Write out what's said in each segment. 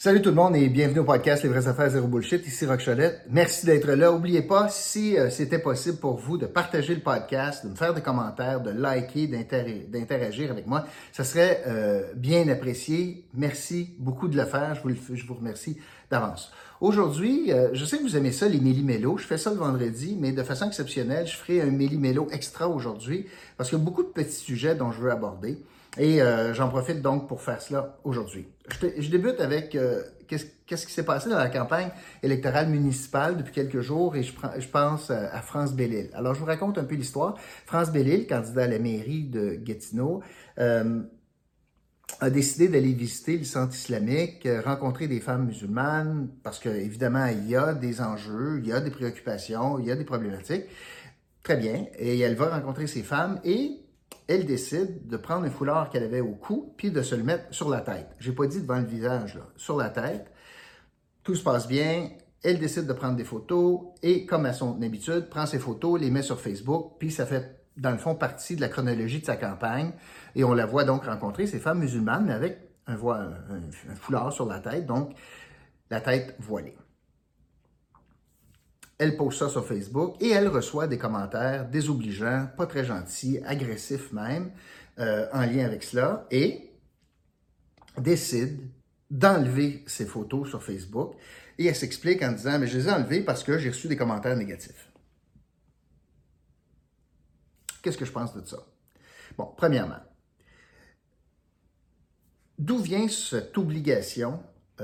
Salut tout le monde et bienvenue au podcast Les vraies affaires zéro bullshit, ici Roch Cholette. Merci d'être là. N'oubliez pas, si c'était possible pour vous de partager le podcast, de me faire des commentaires, de liker, d'interagir avec moi, ça serait bien apprécié. Merci beaucoup de le faire. Je vous remercie d'avance. Aujourd'hui, je sais que vous aimez ça, les méli-mélos. Je fais ça le vendredi, mais de façon exceptionnelle, je ferai un méli-mélo extra aujourd'hui parce qu'il y a beaucoup de petits sujets dont je veux aborder. Et j'en profite donc pour faire cela aujourd'hui. Je débute avec qu'est-ce qui s'est passé dans la campagne électorale municipale depuis quelques jours et je pense à France Bellil. Alors, je vous raconte un peu l'histoire. France Bellil, candidat à la mairie de Gatineau, a décidé d'aller visiter le centre islamique, rencontrer des femmes musulmanes, parce que évidemment, il y a des enjeux, il y a des préoccupations, il y a des problématiques. Très bien. Et elle va rencontrer ces femmes et elle décide de prendre un foulard qu'elle avait au cou puis de se le mettre sur la tête. J'ai pas dit devant le visage, là, sur la tête. Tout se passe bien. Elle décide de prendre des photos et, comme à son habitude, prend ses photos, les met sur Facebook, puis ça fait, dans le fond, partie de la chronologie de sa campagne. Et on la voit donc rencontrer ces femmes musulmanes, mais avec un foulard sur la tête, donc la tête voilée. Elle pose ça sur Facebook et elle reçoit des commentaires désobligeants, pas très gentils, agressifs même, en lien avec cela, et décide d'enlever ces photos sur Facebook. Et elle s'explique en disant « Mais je les ai enlevées parce que j'ai reçu des commentaires négatifs. » Qu'est-ce que je pense de ça? Bon, premièrement, d'où vient cette obligation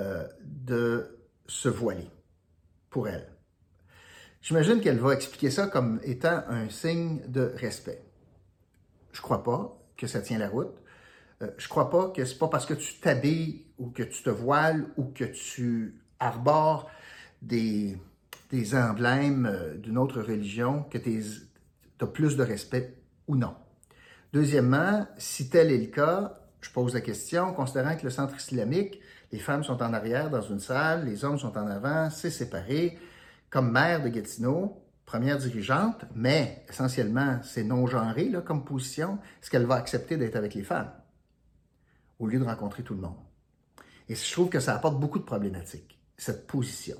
de se voiler pour elle? J'imagine qu'elle va expliquer ça comme étant un signe de respect. Je crois pas que ça tient la route. Je crois pas que c'est pas parce que tu t'habilles ou que tu te voiles ou que tu arbores des emblèmes d'une autre religion que tu as plus de respect ou non. Deuxièmement, si tel est le cas, je pose la question, considérant que le centre islamique, les femmes sont en arrière dans une salle, les hommes sont en avant, c'est séparé. Comme maire de Gatineau, première dirigeante, mais essentiellement, c'est non-genré là, comme position, est-ce qu'elle va accepter d'être avec les femmes au lieu de rencontrer tout le monde? Et je trouve que ça apporte beaucoup de problématiques, cette position.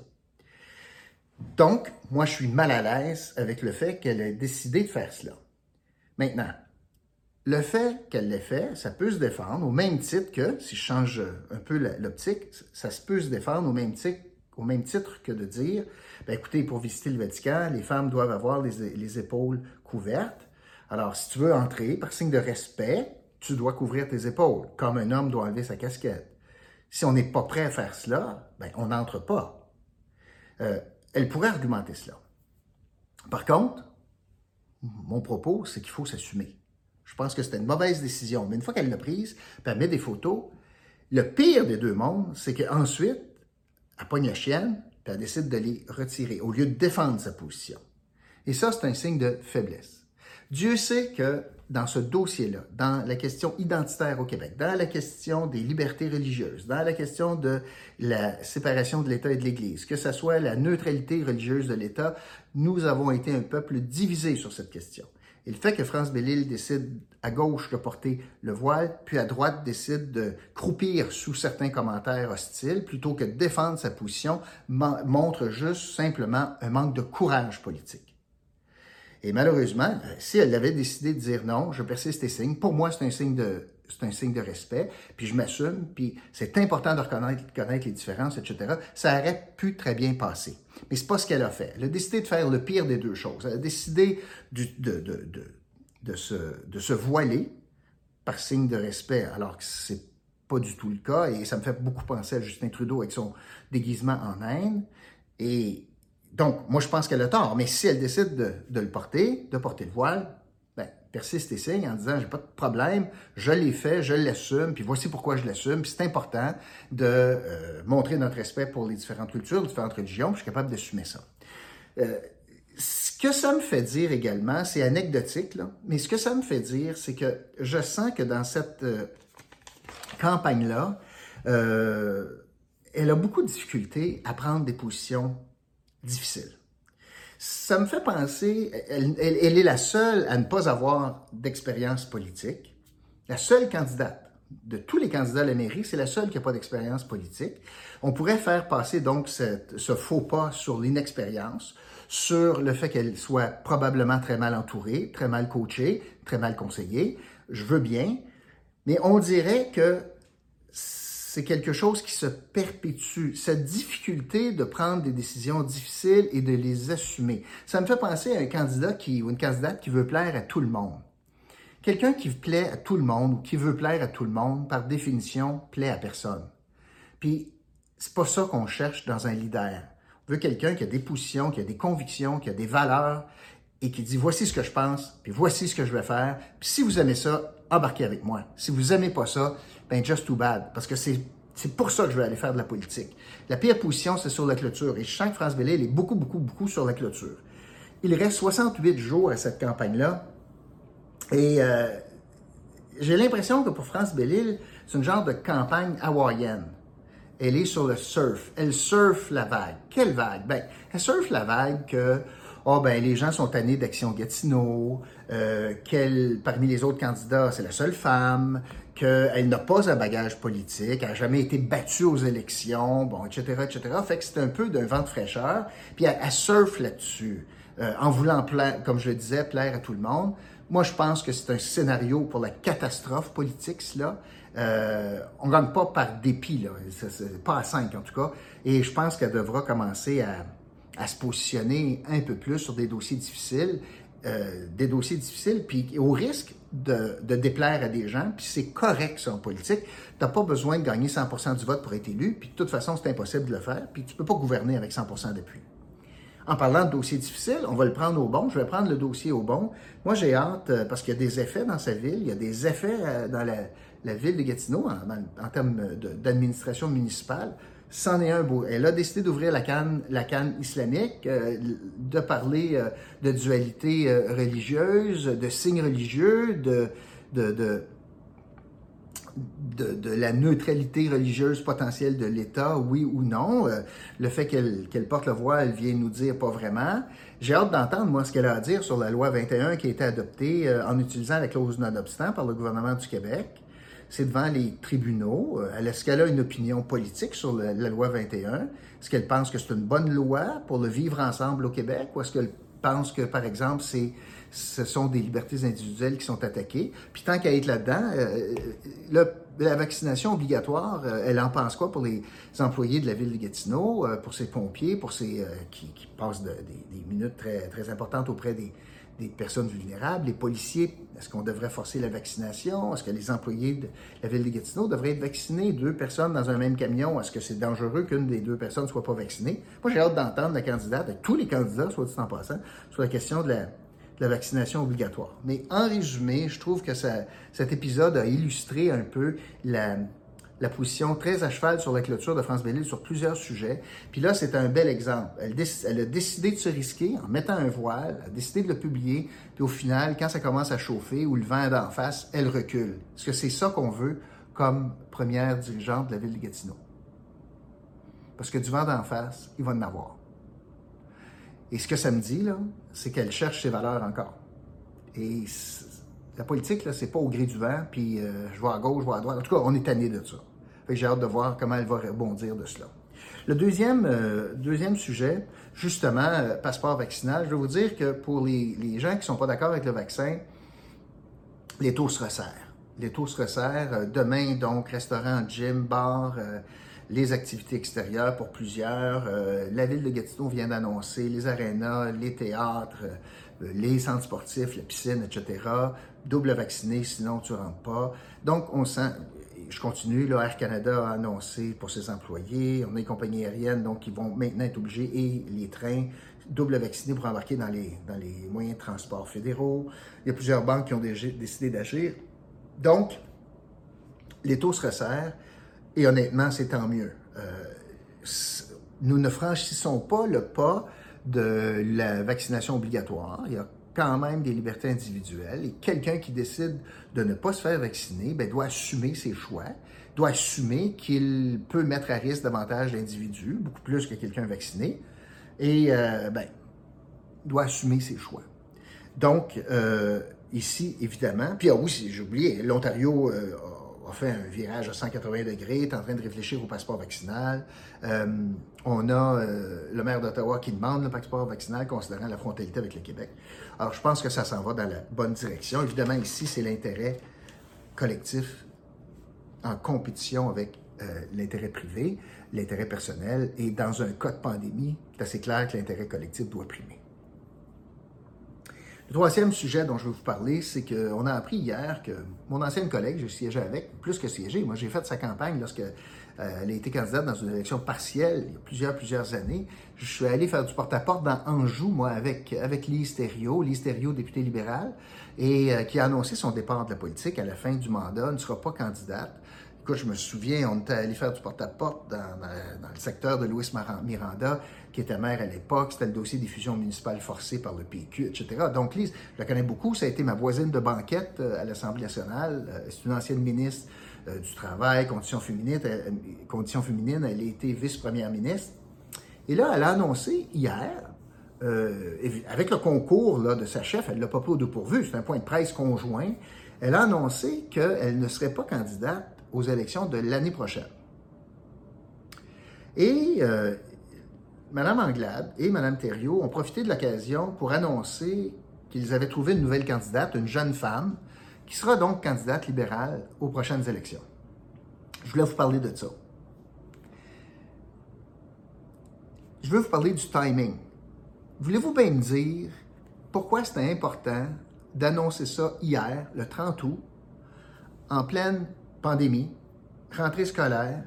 Donc, moi, je suis mal à l'aise avec le fait qu'elle ait décidé de faire cela. Maintenant, le fait qu'elle l'ait fait, ça peut se défendre au même titre que, si je change un peu l'optique, ça se peut se défendre au même titre que de dire, bien, écoutez, pour visiter le Vatican, les femmes doivent avoir les épaules couvertes. Alors, si tu veux entrer, par signe de respect, tu dois couvrir tes épaules, comme un homme doit enlever sa casquette. Si on n'est pas prêt à faire cela, bien, on n'entre pas. Elle pourrait argumenter cela. Par contre, mon propos, c'est qu'il faut s'assumer. Je pense que c'était une mauvaise décision, mais une fois qu'elle l'a prise, puis elle met des photos, le pire des deux mondes, c'est qu'ensuite, elle pogne la chienne, puis elle décide de les retirer, au lieu de défendre sa position. Et ça, c'est un signe de faiblesse. Dieu sait que dans ce dossier-là, dans la question identitaire au Québec, dans la question des libertés religieuses, dans la question de la séparation de l'État et de l'Église, que ce soit la neutralité religieuse de l'État, nous avons été un peuple divisé sur cette question. Et le fait que France Bellil décide à gauche de porter le voile, puis à droite décide de croupir sous certains commentaires hostiles, plutôt que de défendre sa position, montre juste simplement un manque de courage politique. Et malheureusement, si elle avait décidé de dire non, je persiste et signe, pour moi, c'est un signe de respect, puis je m'assume, puis c'est important de connaître les différences, etc. Ça aurait pu très bien passer. Mais c'est pas ce qu'elle a fait. Elle a décidé de faire le pire des deux choses. Elle a décidé de se voiler par signe de respect, alors que c'est pas du tout le cas, et ça me fait beaucoup penser à Justin Trudeau avec son déguisement en Inde. Et donc, moi, je pense qu'elle a tort, mais si elle décide de le porter, de porter le voile, ben, persiste et signe en disant, j'ai pas de problème, je l'ai fait, je l'assume, puis voici pourquoi je l'assume, puis c'est important de montrer notre respect pour les différentes cultures, les différentes religions, puis je suis capable d'assumer ça. Ce que ça me fait dire également, c'est anecdotique, là, mais ce que ça me fait dire, c'est que je sens que dans cette campagne-là, elle a beaucoup de difficultés à prendre des positions difficiles. Ça me fait penser, elle est la seule à ne pas avoir d'expérience politique, la seule candidate de tous les candidats à la mairie, c'est la seule qui n'a pas d'expérience politique. On pourrait faire passer donc ce faux pas sur l'inexpérience, sur le fait qu'elle soit probablement très mal entourée, très mal coachée, très mal conseillée. Je veux bien, mais on dirait que c'est quelque chose qui se perpétue, cette difficulté de prendre des décisions difficiles et de les assumer. Ça me fait penser à un candidat ou une candidate qui veut plaire à tout le monde. Quelqu'un qui plaît à tout le monde ou qui veut plaire à tout le monde, par définition, plaît à personne. Puis, c'est pas ça qu'on cherche dans un leader. On veut quelqu'un qui a des positions, qui a des convictions, qui a des valeurs et qui dit voici ce que je pense, puis voici ce que je vais faire. Puis si vous aimez ça, embarquez avec moi. Si vous aimez pas ça, ben just too bad, parce que c'est pour ça que je vais aller faire de la politique. La pire position, c'est sur la clôture. Et je sens que France Bellil est beaucoup sur la clôture. Il reste 68 jours à cette campagne-là. Et j'ai l'impression que pour France Bellil, c'est une genre de campagne hawaïenne. Elle est sur le surf. Elle surfe la vague. Quelle vague? Ben, elle surfe la vague que les gens sont tannés d'Action Gatineau, qu'elle, parmi les autres candidats, c'est la seule femme, qu'elle n'a pas un bagage politique, elle n'a jamais été battue aux élections, etc. Fait que c'est un peu d'un vent de fraîcheur. Puis elle surfe là-dessus, en voulant, comme je le disais, plaire à tout le monde. Moi, je pense que c'est un scénario pour la catastrophe politique, cela. On ne gagne pas par dépit, là. C'est pas à 5 en tout cas. Et je pense qu'elle devra commencer à se positionner un peu plus sur des dossiers difficiles, puis au risque de déplaire à des gens, puis c'est correct ça en politique. Tu n'as pas besoin de gagner 100% du vote pour être élu, puis de toute façon, c'est impossible de le faire, puis tu ne peux pas gouverner avec 100% d'appui. En parlant de dossiers difficiles, on va le prendre au bon. Je vais prendre le dossier au bon. Moi, j'ai hâte, parce qu'il y a des effets dans sa ville, il y a des effets dans la ville de Gatineau en termes d'administration municipale. C'en est un beau. Elle a décidé d'ouvrir la canne islamique, de parler de dualité religieuse, de signes religieux, de la neutralité religieuse potentielle de l'État, oui ou non. Le fait qu'elle porte le voile vient nous dire pas vraiment. J'ai hâte d'entendre, moi, ce qu'elle a à dire sur la loi 21 qui a été adoptée en utilisant la clause non-obstant par le gouvernement du Québec. C'est devant les tribunaux. Est-ce qu'elle a une opinion politique sur la loi 21? Est-ce qu'elle pense que c'est une bonne loi pour le vivre ensemble au Québec? Ou est-ce qu'elle pense que, par exemple, ce sont des libertés individuelles qui sont attaquées? Puis tant qu'à être là-dedans, la vaccination obligatoire, elle en pense quoi pour les employés de la ville de Gatineau, pour ses pompiers, pour ces qui passent des minutes très, très importantes auprès des personnes vulnérables, les policiers, est-ce qu'on devrait forcer la vaccination? Est-ce que les employés de la ville de Gatineau devraient être vaccinés? 2 personnes dans un même camion, est-ce que c'est dangereux qu'une des 2 personnes ne soit pas vaccinée? Moi, j'ai hâte d'entendre la candidate, tous les candidats, soit dit en passant, sur la question de la vaccination obligatoire. Mais en résumé, je trouve que cet épisode a illustré un peu la position très à cheval sur la clôture de France Bellil sur plusieurs sujets. Puis là, c'est un bel exemple. Elle a décidé de se risquer en mettant un voile, elle a décidé de le publier, puis au final, quand ça commence à chauffer ou le vent est d'en face, elle recule. Est-ce que c'est ça qu'on veut comme première dirigeante de la ville de Gatineau? Parce que du vent d'en face, il va en avoir. Et ce que ça me dit, là, c'est qu'elle cherche ses valeurs encore. Et la politique, là, c'est pas au gré du vent, puis je vais à gauche, je vais à droite. En tout cas, on est tanné de ça. Fait que j'ai hâte de voir comment elle va rebondir de cela. Le deuxième sujet, justement, passeport vaccinal, je vais vous dire que pour les gens qui ne sont pas d'accord avec le vaccin, les taux se resserrent. Les taux se resserrent. Demain, donc, restaurant, gym, bar, les activités extérieures pour plusieurs. La ville de Gatineau vient d'annoncer les arénas, les théâtres, les centres sportifs, la piscine, etc. Double vacciné, sinon tu ne rentres pas. Donc, on sent... Je continue, là, Air Canada a annoncé pour ses employés, on a les compagnies aériennes donc qui vont maintenant être obligés, et les trains, double vaccinés pour embarquer dans les moyens de transport fédéraux. Il y a plusieurs banques qui ont décidé d'agir. Donc, les taux se resserrent et honnêtement, c'est tant mieux. Nous ne franchissons pas le pas de la vaccination obligatoire. Il y a quand même des libertés individuelles et quelqu'un qui décide de ne pas se faire vacciner doit assumer ses choix, doit assumer qu'il peut mettre à risque davantage d'individus, beaucoup plus que quelqu'un vacciné, et doit assumer ses choix. Donc, ici, évidemment, puis oui, j'ai oublié, l'Ontario a fait un virage à 180 degrés, est en train de réfléchir au passeport vaccinal. On a le maire d'Ottawa qui demande le passeport vaccinal, considérant la frontalité avec le Québec. Alors, je pense que ça s'en va dans la bonne direction. Évidemment, ici, c'est l'intérêt collectif en compétition avec l'intérêt privé, l'intérêt personnel. Et dans un cas de pandémie, c'est assez clair que l'intérêt collectif doit primer. Le troisième sujet dont je veux vous parler, c'est qu'on a appris hier que mon ancienne collègue, je siégeais avec, plus que siéger, moi j'ai fait sa campagne lorsqu'elle a été candidate dans une élection partielle il y a plusieurs années. Je suis allé faire du porte-à-porte dans Anjou, moi, avec Lise Thériault, députée libérale, et qui a annoncé son départ de la politique à la fin du mandat, ne sera pas candidate. Écoute, je me souviens, on était allé faire du porte-à-porte dans le secteur de Louis Miranda, qui était maire à l'époque. C'était le dossier des fusions municipales forcées par le PQ, etc. Donc, Lise, je la connais beaucoup. Ça a été ma voisine de banquette à l'Assemblée nationale. C'est une ancienne ministre du Travail, Conditions féminines. Elle a été vice-première ministre. Et là, elle a annoncé hier, avec le concours là, de sa chef, elle ne l'a pas pris au dépourvu, c'est un point de presse conjoint, elle a annoncé qu'elle ne serait pas candidate aux élections de l'année prochaine. Et Mme Anglade et Mme Thériault ont profité de l'occasion pour annoncer qu'ils avaient trouvé une nouvelle candidate, une jeune femme, qui sera donc candidate libérale aux prochaines élections. Je voulais vous parler de ça. Je veux vous parler du timing. Voulez-vous bien me dire pourquoi c'était important d'annoncer ça hier, le 30 août, en pleine pandémie, rentrée scolaire,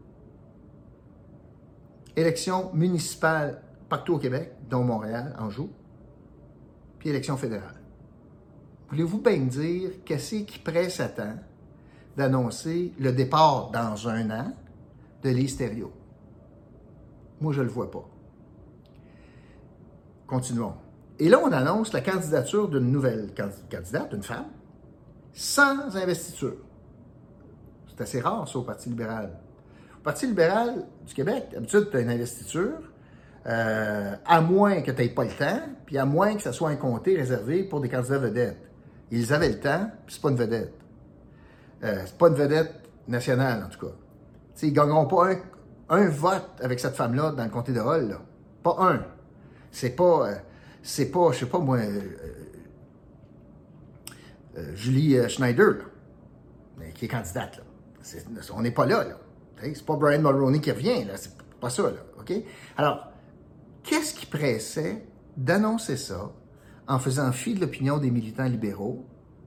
élections municipales partout au Québec, dont Montréal, Anjou, puis élections fédérales. Voulez-vous bien me dire qu'est-ce qui presse à temps d'annoncer le départ dans un an de Lise Thériault? Moi, je ne le vois pas. Continuons. Et là, on annonce la candidature d'une nouvelle candidate, une femme, sans investiture. C'est assez rare, ça, au Parti libéral. Au Parti libéral du Québec, d'habitude, tu as une investiture, à moins que tu n'aies pas le temps, puis à moins que ça soit un comté réservé pour des candidats vedettes. Ils avaient le temps, puis c'est pas une vedette. C'est pas une vedette nationale, en tout cas. T'sais, ils ne gagneront pas un vote avec cette femme-là dans le comté de Hull, là. Pas un. C'est pas, je sais pas moi, Julie Schneider, là, qui est candidate, là. On n'est pas là, là. C'est pas Brian Mulroney qui revient, là. C'est pas ça, là. OK? Alors, qu'est-ce qui pressait d'annoncer ça en faisant fi de l'opinion des militants libéraux?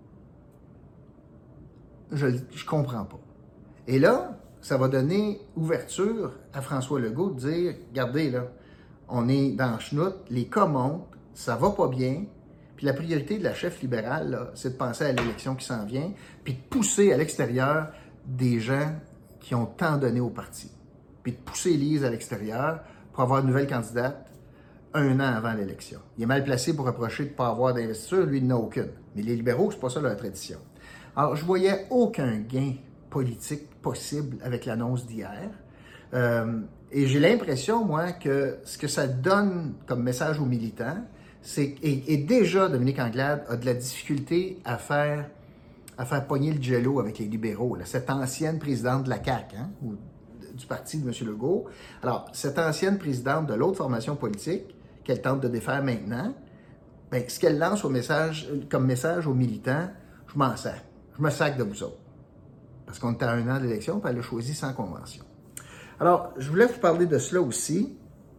Je comprends pas. Et là, ça va donner ouverture à François Legault de dire, regardez, là, on est dans le chenoute, les cas montent, ça va pas bien, puis la priorité de la chef libérale, là, c'est de penser à l'élection qui s'en vient, puis de pousser à l'extérieur des gens qui ont tant donné au parti, puis de pousser Lise à l'extérieur pour avoir une nouvelle candidate un an avant l'élection. Il est mal placé pour reprocher de ne pas avoir d'investiture, lui, il n'en a aucune. Mais les libéraux, c'est pas ça leur tradition. Alors, je voyais aucun gain politique possible avec l'annonce d'hier. Et j'ai l'impression, moi, que ce que ça donne comme message aux militants, c'est et déjà, Dominique Anglade a de la difficulté à faire pogner le jello avec les libéraux, là, cette ancienne présidente de la CAQ, hein, ou du parti de M. Legault. Alors, cette ancienne présidente de l'autre formation politique, qu'elle tente de défaire maintenant, bien, ce qu'elle lance comme message aux militants, je m'en sers. Je me sac de vous autres. Parce qu'on était à un an de l'élection, puis elle l'a choisi sans convention. Alors, je voulais vous parler de cela aussi,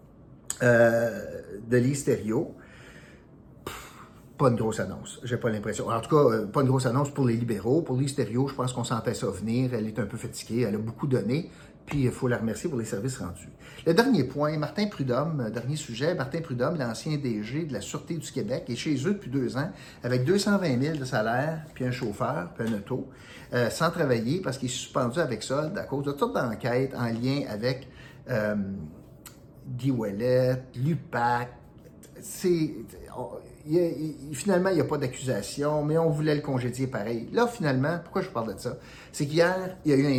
de Lise Thériault. Pas une grosse annonce, j'ai pas l'impression. En tout cas, pas une grosse annonce pour les libéraux. Pour Lise Thériault, je pense qu'on sentait ça venir. Elle est un peu fatiguée, elle a beaucoup donné, puis il faut la remercier pour les services rendus. Le dernier point, Martin Prudhomme, dernier sujet, Martin Prudhomme, l'ancien DG de la Sûreté du Québec, est chez eux depuis 2 ans, avec 220 000 de salaire, puis un chauffeur, puis un auto, sans travailler, parce qu'il est suspendu avec solde à cause de toutes d'enquêtes en lien avec Guy Ouellet, l'UPAC. Finalement, il n'y a pas d'accusation, mais on voulait le congédier pareil. Là, finalement, pourquoi je vous parle de ça? C'est qu'hier, il y a eu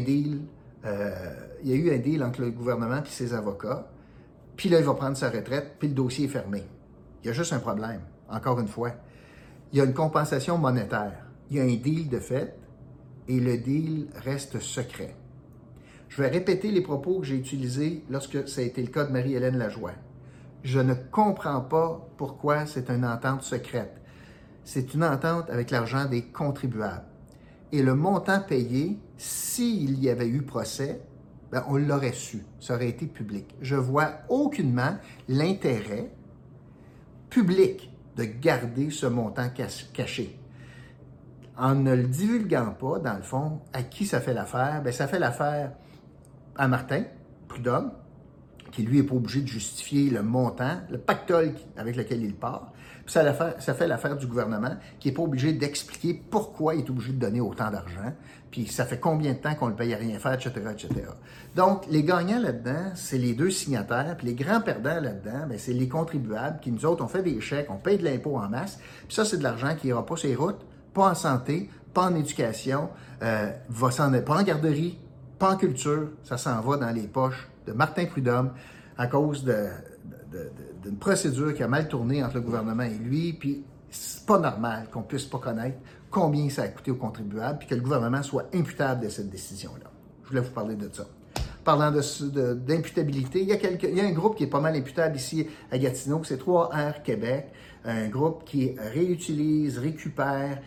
un deal entre le gouvernement et ses avocats, puis là, il va prendre sa retraite, puis le dossier est fermé. Il y a juste un problème, encore une fois. Il y a une compensation monétaire. Il y a un deal de fait, et le deal reste secret. Je vais répéter les propos que j'ai utilisés lorsque ça a été le cas de Marie-Hélène Lajoie. Je ne comprends pas pourquoi c'est une entente secrète. C'est une entente avec l'argent des contribuables. Et le montant payé, s'il y avait eu procès, ben on l'aurait su. Ça aurait été public. Je vois aucunement l'intérêt public de garder ce montant caché. En ne le divulguant pas, dans le fond, à qui ça fait l'affaire? Ben, ça fait l'affaire à Martin Prudhomme, qui lui n'est pas obligé de justifier le montant, le pactole avec lequel il part. Puis ça fait l'affaire du gouvernement, qui n'est pas obligé d'expliquer pourquoi il est obligé de donner autant d'argent, puis ça fait combien de temps qu'on le paye à rien faire, etc., etc. Donc, les gagnants là-dedans, c'est les deux signataires, puis les grands perdants là-dedans, bien, c'est les contribuables qui, nous autres, on fait des chèques, on paye de l'impôt en masse, puis ça, c'est de l'argent qui n'ira pas sur les routes, pas en santé, pas en éducation, pas en garderie, pas en culture, ça s'en va dans les poches de Martin Prudhomme à cause d'une procédure qui a mal tourné entre le gouvernement et lui, puis c'est pas normal qu'on puisse pas connaître combien ça a coûté aux contribuables, puis que le gouvernement soit imputable de cette décision-là. Je voulais vous parler de ça. Parlant d'imputabilité, il y a un groupe qui est pas mal imputable ici à Gatineau, c'est 3R Québec, un groupe qui réutilise, récupère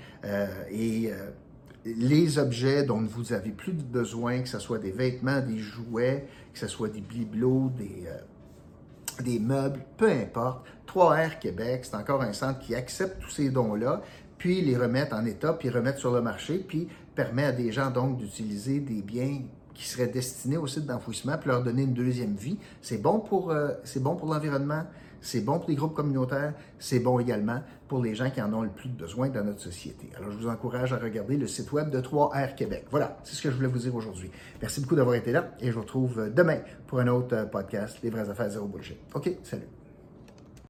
les objets dont vous avez plus de besoin, que ce soit des vêtements, des jouets, que ce soit des bibelots, des meubles, peu importe. 3R Québec, c'est encore un centre qui accepte tous ces dons-là, puis les remettent en état, puis remettent sur le marché, puis permet à des gens donc d'utiliser des biens qui seraient destinés au site d'enfouissement, puis leur donner une deuxième vie. C'est bon pour l'environnement, c'est bon pour les groupes communautaires, c'est bon également pour les gens qui en ont le plus besoin dans notre société. Alors, je vous encourage à regarder le site web de 3R Québec. Voilà, c'est ce que je voulais vous dire aujourd'hui. Merci beaucoup d'avoir été là et je vous retrouve demain pour un autre podcast, Les vraies affaires zéro bullshit. OK, salut.